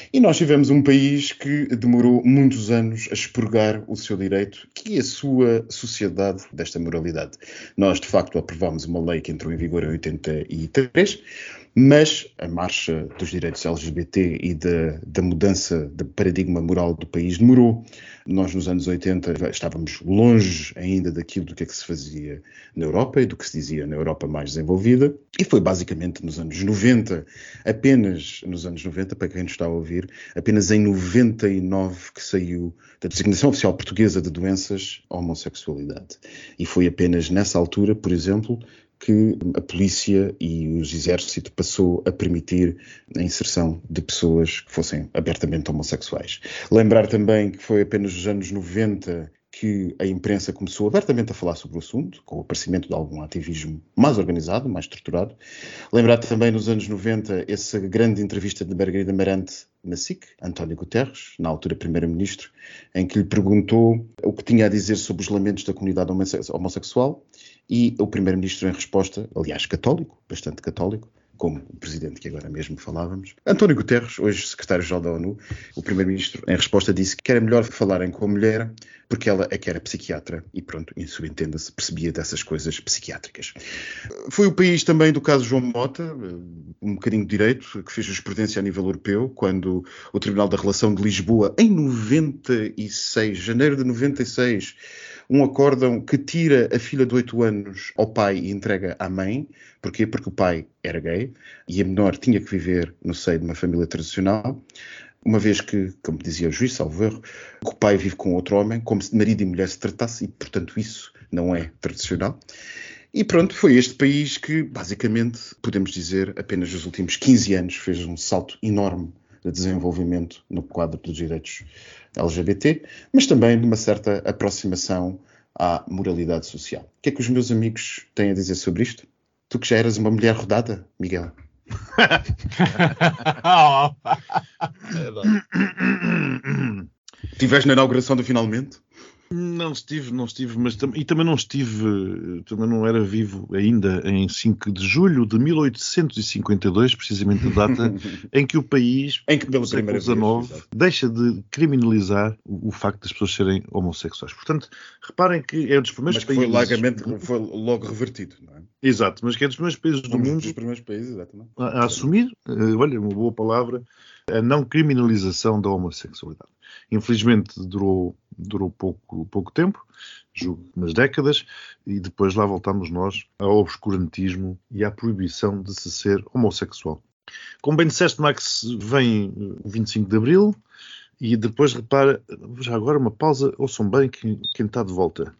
E nós tivemos um país que demorou muitos anos a expurgar o seu direito e a sua sociedade desta moralidade. Nós, de facto, aprovámos uma lei que entrou em vigor em oitenta e três, mas a marcha dos direitos L G B T e da, da mudança de paradigma moral do país demorou. Nós, nos anos oitenta, estávamos longe ainda daquilo do que é que se fazia na Europa e do que se dizia na Europa mais desenvolvida. E foi basicamente nos anos noventa, apenas nos anos noventa, para quem nos está a ouvir, apenas em noventa e nove que saiu da designação oficial portuguesa de doenças a homossexualidade. E foi apenas nessa altura, por exemplo, que a polícia e o exército passou a permitir a inserção de pessoas que fossem abertamente homossexuais. Lembrar também que foi apenas nos anos noventa que a imprensa começou abertamente a falar sobre o assunto, com o aparecimento de algum ativismo mais organizado, mais estruturado. Lembrar também nos anos noventa essa grande entrevista de Margarida Marante na S I C, António Guterres, na altura primeiro-ministro, em que lhe perguntou o que tinha a dizer sobre os lamentos da comunidade homossexual, e o primeiro-ministro, em resposta, aliás católico, bastante católico, como o presidente que agora mesmo falávamos, António Guterres, hoje secretário-geral da ONU, o primeiro-ministro, em resposta, disse que era melhor falarem com a mulher porque ela é que era psiquiatra e pronto, isso entenda-se, percebia dessas coisas psiquiátricas. Foi o país também do caso João Mota, um bocadinho de direito, que fez jurisprudência a nível europeu, quando o Tribunal da Relação de Lisboa, em noventa e seis, janeiro de noventa e seis, um acórdão que tira a filha de oito anos ao pai e entrega à mãe. Porquê? Porque o pai era gay e a menor tinha que viver no seio de uma família tradicional, uma vez que, como dizia o juiz, salvo erro, que o pai vive com outro homem, como se de marido e mulher se tratasse, e, portanto, isso não é tradicional. E pronto, foi este país que, basicamente, podemos dizer, apenas nos últimos quinze anos fez um salto enorme de desenvolvimento no quadro dos direitos L G B T, mas também de uma certa aproximação à moralidade social. O que é que os meus amigos têm a dizer sobre isto? Tu que já eras uma mulher rodada, Miguel. Estiveste na inauguração do Finalmente? Não estive, não estive, mas tam- e também não estive, também não era vivo ainda em cinco de julho de mil oitocentos e cinquenta e dois, precisamente a data em que o país, em que pela no século primeira vez, dezenove, exato, deixa de criminalizar o, o facto das pessoas serem homossexuais. Portanto, reparem que é um dos primeiros mas que foi, países... largamente, foi logo revertido, não é? Exato, mas que é um dos primeiros países do Um mundo dos primeiros países, exatamente. a, a assumir, eh, olha, uma boa palavra, a não criminalização da homossexualidade. Infelizmente durou, durou pouco, pouco tempo, julgo umas décadas, e depois lá voltamos nós ao obscurantismo e à proibição de se ser homossexual. Como bem disseste, Max, vem o vinte e cinco de Abril, e depois repara, já agora uma pausa, ouçam bem quem, quem está de volta.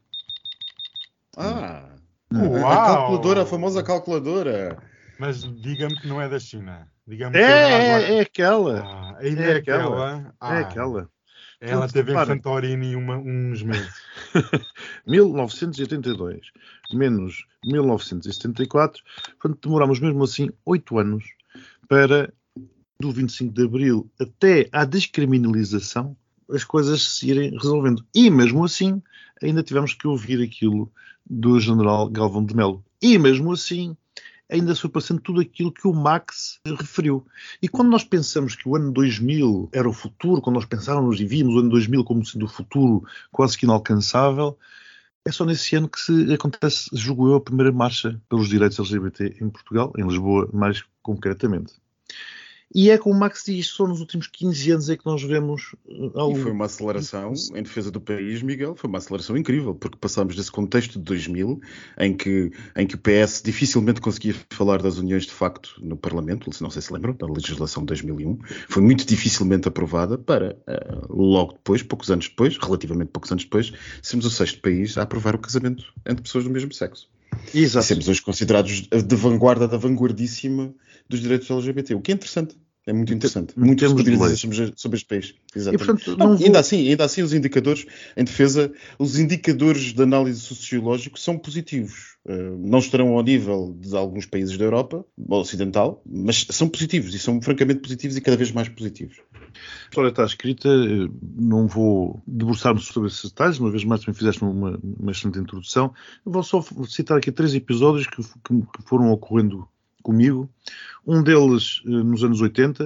Ah, Uau! a calculadora, a famosa calculadora. Mas diga-me que não é da China. Diga-me É, que é agora. é, é aquela. Ah, ainda É é aquela. aquela. Ah, É aquela. ela Portanto, teve em reparem. Santorini uma, uns meses. mil novecentos e oitenta e dois menos mil novecentos e setenta e quatro, portanto demorámos mesmo assim oito anos para, do vinte e cinco de Abril até à descriminalização, as coisas se irem resolvendo. E mesmo assim, ainda tivemos que ouvir aquilo do general Galvão de Melo. E mesmo assim, ainda se foi passando tudo aquilo que o Max referiu. E quando nós pensamos que o ano dois mil era o futuro, quando nós pensávamos e víamos o ano dois mil como sendo o futuro quase que inalcançável, é só nesse ano que se acontece, julgo eu, a primeira marcha pelos direitos L G B T em Portugal, em Lisboa mais concretamente. E é como o Max diz, só nos últimos quinze anos é que nós vemos algo... E foi uma aceleração em defesa do país, Miguel, foi uma aceleração incrível, porque passámos desse contexto de dois mil, em que, em que o P S dificilmente conseguia falar das uniões de facto no Parlamento, não sei se lembram, da legislação de dois mil e um, foi muito dificilmente aprovada para, uh, logo depois, poucos anos depois, relativamente poucos anos depois, sermos o sexto país a aprovar o casamento entre pessoas do mesmo sexo. Exato. E sermos hoje considerados de vanguarda da vanguardíssima dos direitos L G B T, o que é interessante. É muito interessante. Em Muito se termos de poderia lei. dizer sobre, sobre este país. Exatamente. E, portanto, Não, não vou- ainda, assim, ainda assim, os indicadores, em defesa, os indicadores de análise sociológico são positivos. Uh, não estarão ao nível de alguns países da Europa ocidental, mas são positivos e são francamente positivos e cada vez mais positivos. A história está escrita, não vou debruçar-me sobre esses detalhes, uma vez mais também fizeste uma, uma excelente introdução. Eu vou só citar aqui três episódios que, que, que foram ocorrendo comigo. Um deles eh, nos anos oitenta,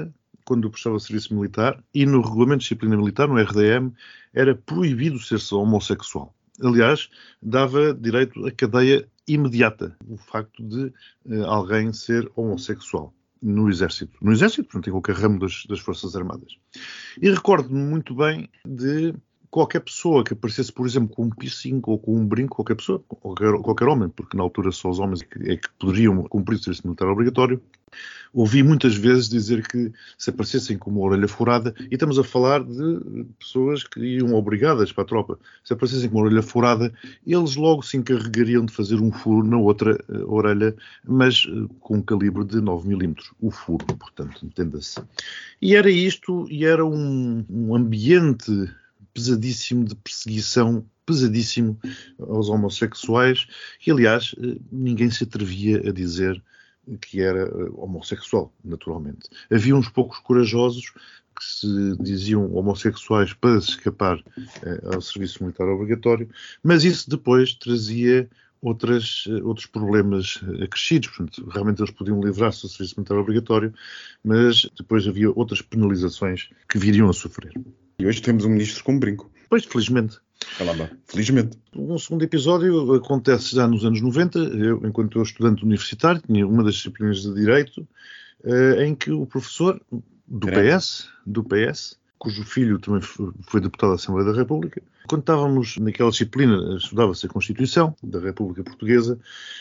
quando eu prestava serviço militar, e no Regulamento de Disciplina Militar, no R D M, era proibido ser-se homossexual. Aliás, dava direito à cadeia imediata o facto de uh, alguém ser homossexual no Exército. No Exército, portanto, em qualquer ramo das, das Forças Armadas. E recordo-me muito bem de qualquer pessoa que aparecesse, por exemplo, com um piercing ou com um brinco, qualquer pessoa, qualquer, qualquer homem, porque na altura só os homens é que, é que poderiam cumprir o serviço militar obrigatório, ouvi muitas vezes dizer que se aparecessem com uma orelha furada, e estamos a falar de pessoas que iam obrigadas para a tropa, se aparecessem com uma orelha furada, eles logo se encarregariam de fazer um furo na outra uh, orelha, mas uh, com um calibre de nove milímetros, o furo, portanto, entenda-se. E era isto, e era um, um ambiente pesadíssimo de perseguição, pesadíssimo aos homossexuais, e aliás, uh, ninguém se atrevia a dizer que era homossexual, naturalmente. Havia uns poucos corajosos que se diziam homossexuais para se escapar eh, ao serviço militar obrigatório, mas isso depois trazia outras, outros problemas acrescidos. Portanto, realmente eles podiam livrar-se do serviço militar obrigatório, mas depois havia outras penalizações que viriam a sofrer. E hoje temos um ministro com brinco. Pois, felizmente. Caramba, felizmente. Um segundo episódio acontece já nos anos noventa, eu, enquanto eu estudante universitário, tinha uma das disciplinas de Direito, uh, em que o professor do P S, do P S, cujo filho também foi deputado da Assembleia da República, quando estávamos naquela disciplina, estudava-se a Constituição da República Portuguesa,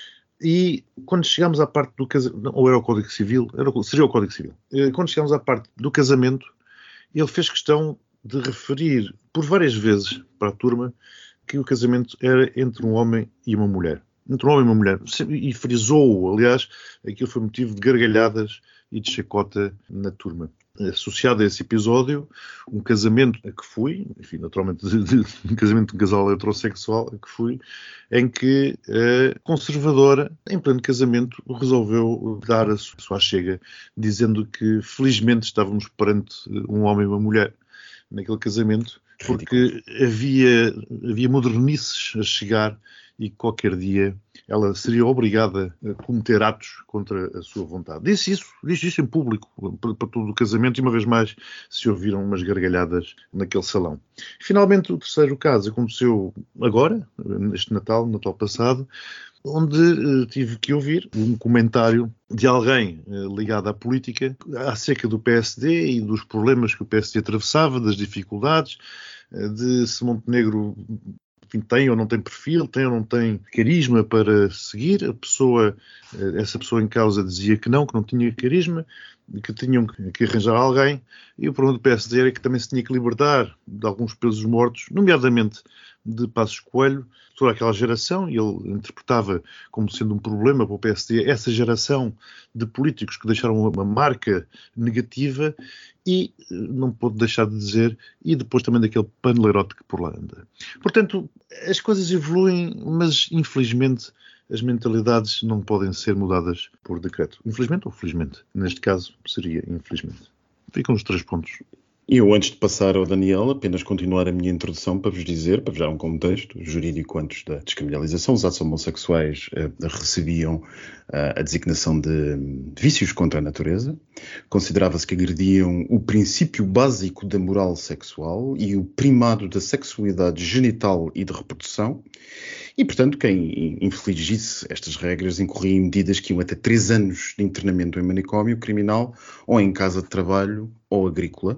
e quando chegámos à parte do casamento, ou era o Código Civil, era, seria o Código Civil, uh, quando chegámos à parte do casamento, ele fez questão de referir por várias vezes para a turma que o casamento era entre um homem e uma mulher. Entre um homem e uma mulher. E frisou, aliás, aquilo foi motivo de gargalhadas e de chacota na turma. Associado a esse episódio, um casamento a que fui, enfim, naturalmente de, de, um casamento de um casal heterossexual a que fui, em que a conservadora, em pleno casamento, resolveu dar a sua chega, dizendo que felizmente estávamos perante um homem e uma mulher naquele casamento, porque havia, havia modernices a chegar e qualquer dia ela seria obrigada a cometer atos contra a sua vontade. Disse isso, disse isso em público, para, para todo o casamento, e uma vez mais se ouviram umas gargalhadas naquele salão. Finalmente, o terceiro caso aconteceu agora, neste Natal, no Natal passado, onde uh, tive que ouvir um comentário de alguém uh, ligado à política acerca do P S D e dos problemas que o P S D atravessava, das dificuldades, uh, de se Montenegro enfim, tem ou não tem perfil, tem ou não tem carisma para seguir. A pessoa, uh, essa pessoa em causa dizia que não, que não tinha carisma, que tinham que arranjar alguém, e o problema do P S D era que também se tinha que libertar de alguns pesos mortos, nomeadamente de Passos Coelho, toda aquela geração, e ele interpretava como sendo um problema para o P S D essa geração de políticos que deixaram uma marca negativa, e não pôde deixar de dizer, e depois também daquele paneleirote que por lá anda. Portanto, as coisas evoluem, mas infelizmente as mentalidades não podem ser mudadas por decreto. Infelizmente ou felizmente? Neste caso seria infelizmente. Ficam os três pontos. E eu, antes de passar ao Daniel, apenas continuar a minha introdução para vos dizer, para vos dar um contexto jurídico antes da descriminalização. Os atos homossexuais uh, recebiam uh, a designação de vícios contra a natureza. Considerava-se que agrediam o princípio básico da moral sexual e o primado da sexualidade genital e de reprodução. E, portanto, quem infligisse estas regras incorria em medidas que iam até três anos de internamento em manicômio criminal ou em casa de trabalho ou agrícola.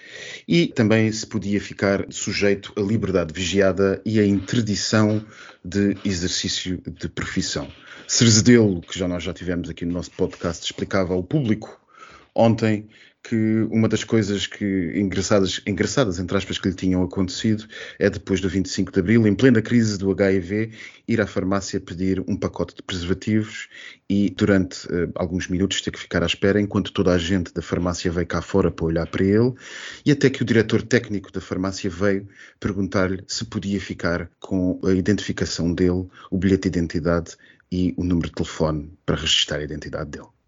E também se podia ficar sujeito à liberdade vigiada e à interdição de exercício de profissão. Cerzedelo, que já nós já tivemos aqui no nosso podcast, explicava ao público ontem que uma das coisas que engraçadas, engraçadas, entre aspas, que lhe tinham acontecido é depois do vinte e cinco de Abril, em plena crise do H I V, ir à farmácia pedir um pacote de preservativos e durante uh, alguns minutos ter que ficar à espera enquanto toda a gente da farmácia veio cá fora para olhar para ele, e até que o diretor técnico da farmácia veio perguntar-lhe se podia ficar com a identificação dele, o bilhete de identidade e o número de telefone para registrar a identidade dele.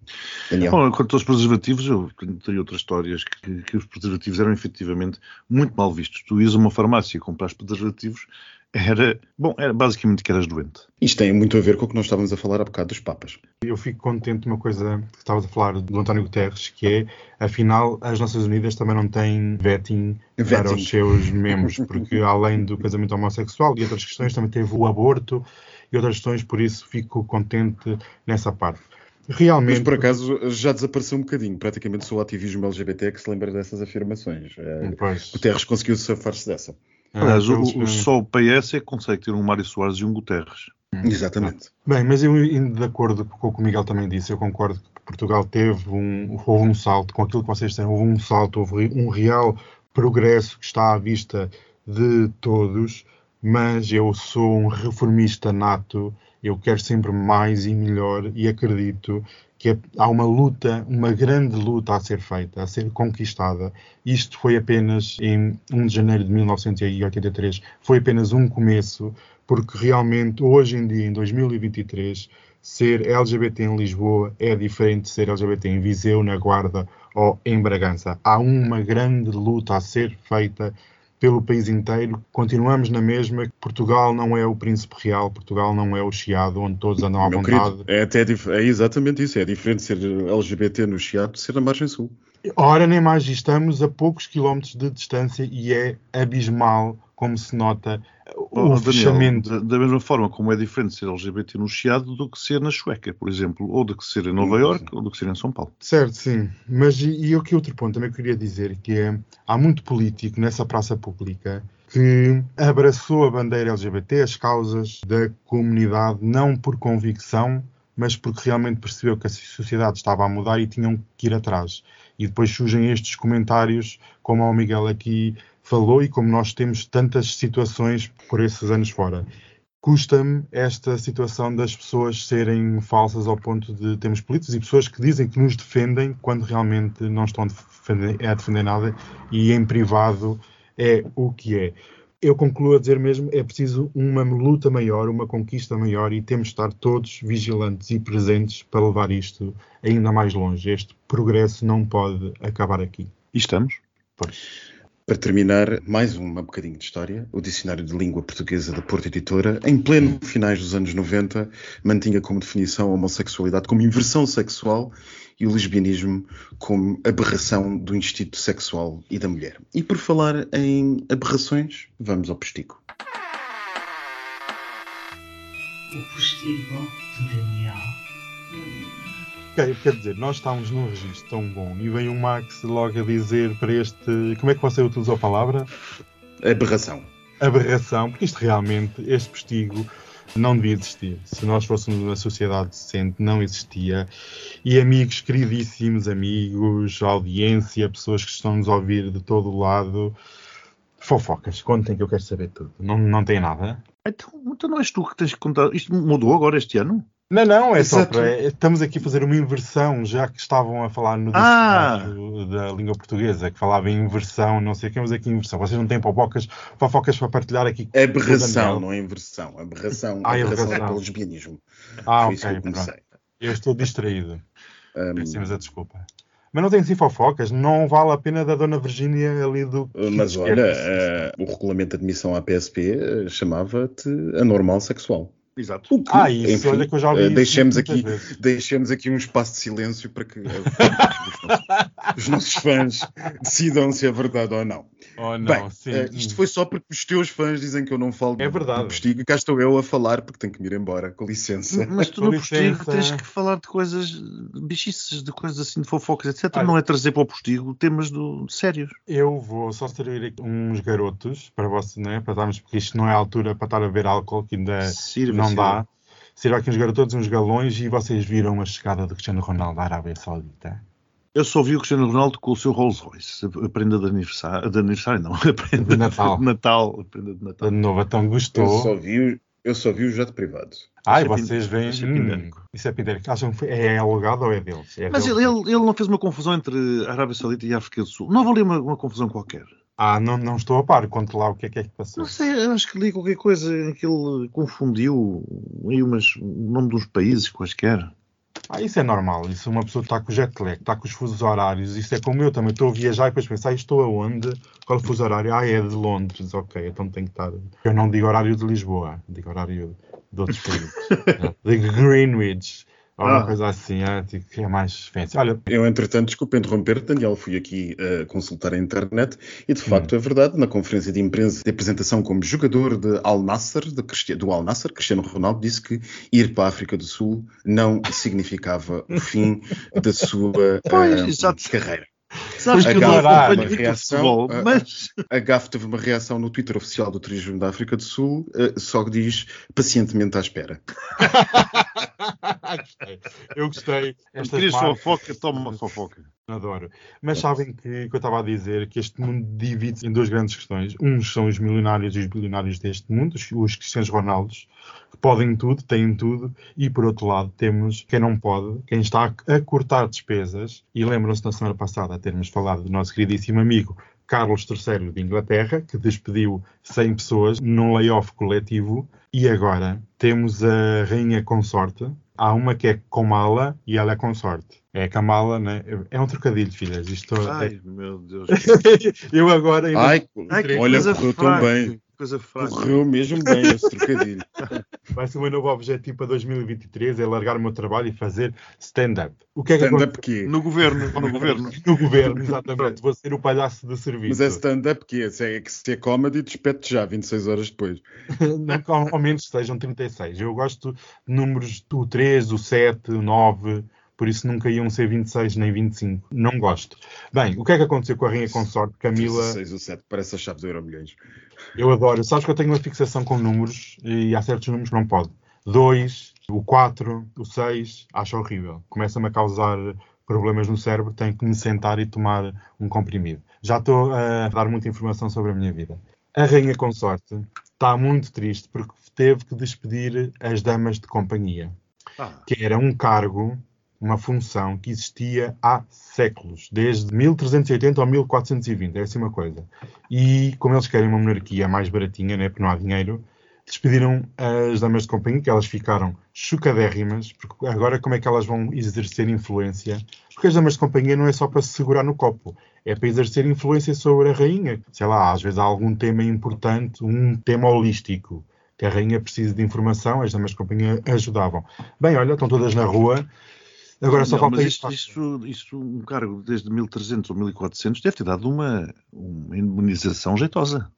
Daniel. Bom, quanto aos preservativos, eu tenho outras histórias que, que os preservativos eram efetivamente muito mal vistos. Tu ias a uma farmácia e compraste preservativos, era, bom, era basicamente que eras doente. Isto tem muito a ver com o que nós estávamos a falar há bocado dos Papas. Eu fico contente de uma coisa que estavas a falar do António Guterres, que é, afinal, as Nações Unidas também não têm vetting, vetting. para os seus membros, porque além do casamento homossexual e outras questões, também teve o aborto e outras questões, por isso fico contente nessa parte. Realmente... Mas por acaso já desapareceu um bocadinho, praticamente só o ativismo L G B T que se lembra dessas afirmações. Pois. Guterres conseguiu safar-se dessa. Aliás, ah, o, o, só o P S é que consegue ter um Mário Soares e um Guterres. Hum. Exatamente. Bem, mas eu, indo de acordo com o que o Miguel também disse, eu concordo que Portugal teve um, houve um salto, com aquilo que vocês têm, houve um salto, houve um real progresso que está à vista de todos, mas eu sou um reformista nato, eu quero sempre mais e melhor e acredito que há uma luta, uma grande luta a ser feita, a ser conquistada. Isto foi apenas em primeiro de janeiro de mil novecentos e oitenta e três, foi apenas um começo, porque realmente hoje em dia, em dois mil e vinte e três, ser L G B T em Lisboa é diferente de ser L G B T em Viseu, na Guarda ou em Bragança. Há uma grande luta a ser feita pelo país inteiro. Continuamos na mesma. Portugal não é o príncipe real, Portugal não é o Chiado, onde todos andam à Meu vontade. Querido, é, até, é exatamente isso. É diferente ser L G B T no Chiado de ser na margem sul. Ora, nem mais estamos a poucos quilómetros de distância e é abismal como se nota o oh, fechamento. Daniel, da, da mesma forma como é diferente ser L G B T no Chiado do que ser na Suécia, por exemplo, ou do que ser em Nova Iorque, ou do que ser em São Paulo. Certo, sim. Mas e, e aqui outro ponto também queria dizer, que é, há muito político nessa praça pública que abraçou a bandeira L G B T, as causas da comunidade, não por convicção, mas porque realmente percebeu que a sociedade estava a mudar e tinham que ir atrás. E depois surgem estes comentários, como o Miguel aqui falou, e como nós temos tantas situações por esses anos fora. Custa-me esta situação das pessoas serem falsas ao ponto de termos políticos e pessoas que dizem que nos defendem quando realmente não estão a defender, a defender nada e em privado é o que é. Eu concluo a dizer mesmo, é preciso uma luta maior, uma conquista maior e temos de estar todos vigilantes e presentes para levar isto ainda mais longe. Este progresso não pode acabar aqui. E estamos? Pois. Para terminar, mais um bocadinho de história. O Dicionário de Língua Portuguesa da Porto Editora, em pleno finais dos anos noventa, mantinha como definição a homossexualidade como inversão sexual e o lesbianismo como aberração do instinto sexual e da mulher. E por falar em aberrações, vamos ao postigo. O postigo de Daniel. Ok, quer dizer, nós estávamos num registro tão bom e veio o Max logo a dizer para este... Como é que você utilizou a palavra? Aberração. Aberração, porque isto realmente, este postigo não devia existir. Se nós fôssemos uma sociedade decente, não existia. E amigos, queridíssimos amigos, audiência, pessoas que estão-nos a ouvir de todo o lado, fofocas, contem que eu quero saber tudo. Não, não tem nada? Então, então não és tu que tens que contar. Isto mudou agora este ano? Não, não, é Exato. só para... Estamos aqui a fazer uma inversão, já que estavam a falar no Ah. dicionário da língua portuguesa, que falava em inversão, não sei o que, mas aqui inversão. Vocês não têm fofocas, fofocas para partilhar aqui? Aberração, não é inversão. Aberração, Ah, aberração aberração. é para o lesbianismo. Ah, Foi ok, isso que eu comecei. pronto. Eu estou distraído. Um, Peço-me a desculpa. Mas não tem assim fofocas, não vale a pena da Dona Virgínia ali do... mas olha, uh, o regulamento de admissão à P S P uh, chamava-te anormal sexual. Exato. O que, Ah, isso, enfim, olha que eu já ouvi uh, isso deixemos, muitas aqui, vezes. deixemos aqui um espaço de silêncio para que uh, os, nossos, os nossos fãs decidam se é verdade ou não. Oh, não, Bem, sim. uh, isto foi só porque os teus fãs dizem que eu não falo É verdade. do postigo e cá estou eu a falar porque tenho que me ir embora, com licença. Mas tu Com no postigo licença. tens que falar de coisas, bichices, de coisas assim, de fofocas, etcétera. Olha. Não é trazer para o postigo temas do, sérios. Eu vou só servir aqui uns garotos para vocês, né? Para darmos, porque isto não é a altura para estar a beber álcool, que ainda Sirva, não sirva. dá. Sirva aqui uns garotos, uns galões, e vocês viram a chegada do Cristiano Ronaldo à Arábia Saudita. Eu só vi o Cristiano Ronaldo com o seu Rolls Royce. A prenda de aniversário, de aniversário não, a prenda De Natal. de Natal. A prenda de Natal. De novo, então Eu gostou. só vi, o- eu só vi o jato privado. Ai, Isso é vocês pin- veem. isso é Hum, pindérico. isso é pindérico. Acham que foi- é alugado ou é deles? É Mas deles. ele, ele, ele não fez uma confusão entre a Arábia Saudita e a África do Sul. Não houve ali uma, uma confusão qualquer. Ah, não, não estou a par. Conte lá o que é que é que passou. Não sei, eu acho que li qualquer coisa em que ele confundiu aí umas, o nome de uns países quaisquer. Ah, isso é normal. Isso uma pessoa está com o jet lag, está com os fusos horários. Isso é como eu também. Estou a viajar e depois penso, ah, estou aonde? Qual é o fuso horário? Ah, é de Londres. Ok, então tenho que estar... Eu não digo horário de Lisboa. Digo horário de outros países. Digo Greenwich. Ou uma Ah. coisa assim, é, tipo, que é mais fancy. Olha, Eu, entretanto, desculpe interromper, Daniel, fui aqui uh, consultar a internet e, de facto, hum. é verdade, na conferência de imprensa de apresentação como jogador de Al Nassr, de Cristi- do Al Nassr, Cristiano Ronaldo disse que ir para a África do Sul não significava o fim da sua pois, uh, carreira. Sabes a que G A F eu teve uma reação, futebol, mas... a, a G A F teve uma reação no Twitter oficial do Turismo da África do Sul, uh, só que diz pacientemente à espera. Gostei. Eu gostei. Estas querias marcas... fofoca, toma uma fofoca. Adoro. Mas sabem que, que eu estava a dizer que este mundo divide-se em duas grandes questões. Uns são os milionários e os bilionários deste mundo, os, os Cristianos Ronaldos, que podem tudo, têm tudo, e por outro lado temos quem não pode, quem está a, a cortar despesas, e lembram-se na semana passada termos falado do nosso queridíssimo amigo Carlos terceiro de Inglaterra, que despediu cem pessoas num layoff coletivo, e agora temos a rainha consorte. Há uma que é Kamala e ela é consorte. É a Kamala, né? É um trocadilho, filhas. Isto Ai, é... meu Deus. Eu agora... Ainda... Ai, Ai, olha, correu tão bem. Coisa fraca. Correu mesmo bem esse trocadilho. Vai ser o meu novo objetivo para dois mil e vinte e três, é largar o meu trabalho e fazer stand-up. O que é que stand-up quê? No governo. No governo. No governo, exatamente. Vou ser o palhaço de serviço. Mas é stand-up quê? Se é, se é comedy, despete já, vinte e seis horas depois. Não, ao menos que sejam trinta e seis. Eu gosto de números do três, o sete, o nove... Por isso nunca iam ser vinte e seis nem vinte e cinco. Não gosto. Bem, o que é que aconteceu com a rainha consorte Camila? vinte e seis ou sete, parece a chave do Euromilhões. Eu adoro. Sabes que eu tenho uma fixação com números e há certos números que não pode. dois, o quatro, o seis, acho horrível. Começa-me a causar problemas no cérebro, tenho que me sentar e tomar um comprimido. Já estou a dar muita informação sobre a minha vida. A rainha consorte está muito triste porque teve que despedir as damas de companhia, ah. que era um cargo... uma função que existia há séculos, desde mil trezentos e oitenta ou mil quatrocentos e vinte, é assim uma coisa. E como eles querem uma monarquia mais baratinha, né, porque não há dinheiro, despediram as damas de companhia, que elas ficaram chocadérrimas, porque agora como é que elas vão exercer influência? Porque as damas de companhia não é só para se segurar no copo, é para exercer influência sobre a rainha. Sei lá, às vezes há algum tema importante, um tema holístico, que a rainha precisa de informação, as damas de companhia ajudavam. Bem, olha, estão todas na rua. Agora só não, falta mas isto. Isto, isto, um cargo desde mil e trezentos ou mil e quatrocentos deve ter dado uma, uma imunização jeitosa.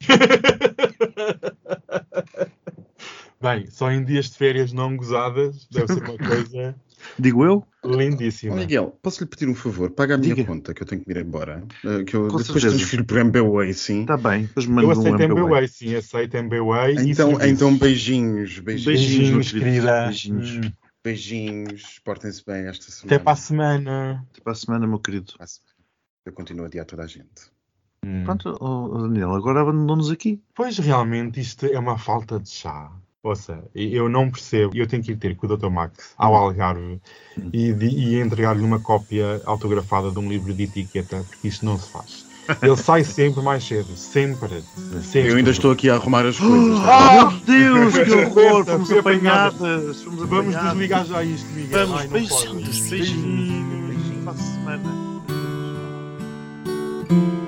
Bem, só em dias de férias não gozadas deve ser uma coisa... Digo eu? Lindíssima. Oh, Miguel, posso-lhe pedir um favor? Paga a minha Diga. conta, que eu tenho que ir embora. Uh, que eu Com depois certeza. transfiro por M B W A Y, sim. Está bem. Depois Eu mando aceito um M B W A Y. M B W A Y, sim, aceito M B W A Y. Então, e então beijinhos. Beijinhos, beijinhos, Beijinhos, querida. beijinhos. Hum. beijinhos. Portem-se bem esta semana. Até para a semana. Até para a semana, meu querido. Eu continuo a adiar toda a gente. Hum. Pronto, oh, Daniel, agora abandonou-nos aqui. Pois, realmente, isto é uma falta de chá. Ouça, eu não percebo. Eu tenho que ir ter com o doutor Max ao Algarve Hum. e, de, e entregar-lhe uma cópia autografada de um livro de etiqueta, porque isto não se faz. Ele sai sempre mais cedo. Sempre. sempre. Eu ainda estou aqui a arrumar as coisas. Ah, meu Deus, que horror! Fui Fomos apanhada. apanhadas. Fomos Vamos apanhadas. desligar já isto, Miguel. Vamos, Ai, não beijinhos, pode. beijinhos. Beijinhos para a semana.